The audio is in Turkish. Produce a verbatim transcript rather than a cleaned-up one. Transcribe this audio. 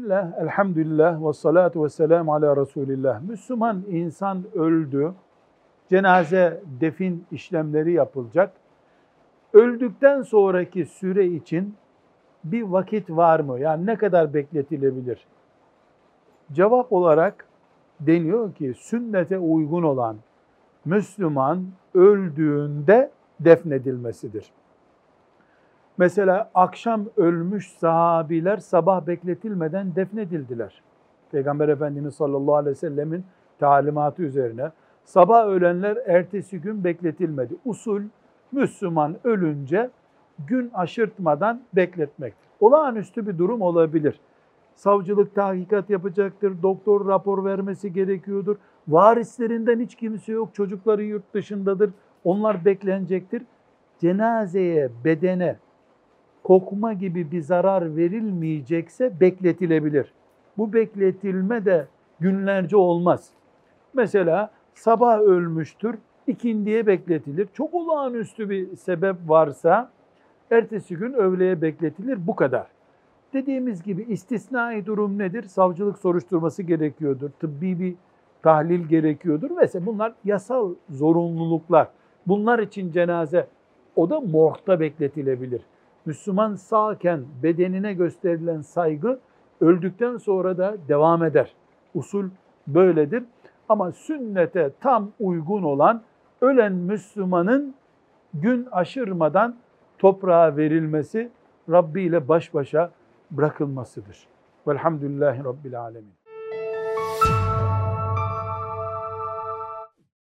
Bismillah, elhamdülillah ve salatu ve selamu ala Resulillah. Müslüman insan öldü, cenaze, defin işlemleri yapılacak. Öldükten sonraki süre için bir vakit var mı? Yani ne kadar bekletilebilir? Cevap olarak deniyor ki sünnete uygun olan Müslüman öldüğünde defnedilmesidir. Mesela akşam ölmüş sahabiler sabah bekletilmeden defnedildiler. Peygamber Efendimiz sallallahu aleyhi ve sellemin talimatı üzerine. Sabah ölenler ertesi gün bekletilmedi. Usul Müslüman ölünce gün aşırtmadan bekletmektir. Olağanüstü bir durum olabilir. Savcılık tahkikat yapacaktır, doktor rapor vermesi gerekiyordur. Varislerinden hiç kimse yok, çocukları yurt dışındadır, onlar beklenecektir. Cenazeye, bedene, kokma gibi bir zarar verilmeyecekse bekletilebilir. Bu bekletilme de günlerce olmaz. Mesela sabah ölmüştür, ikindiye bekletilir. Çok olağanüstü bir sebep varsa ertesi gün öğleye bekletilir, bu kadar. Dediğimiz gibi istisnai durum nedir? Savcılık soruşturması gerekiyordur, tıbbi bir tahlil gerekiyordur vesaire. Bunlar yasal zorunluluklar. Bunlar için cenaze, o da morgda bekletilebilir. Müslüman sağken bedenine gösterilen saygı öldükten sonra da devam eder. Usul böyledir. Ama sünnete tam uygun olan ölen Müslümanın gün aşırmadan toprağa verilmesi, Rabbi ile baş başa bırakılmasıdır. Velhamdülillahi Rabbil alemin.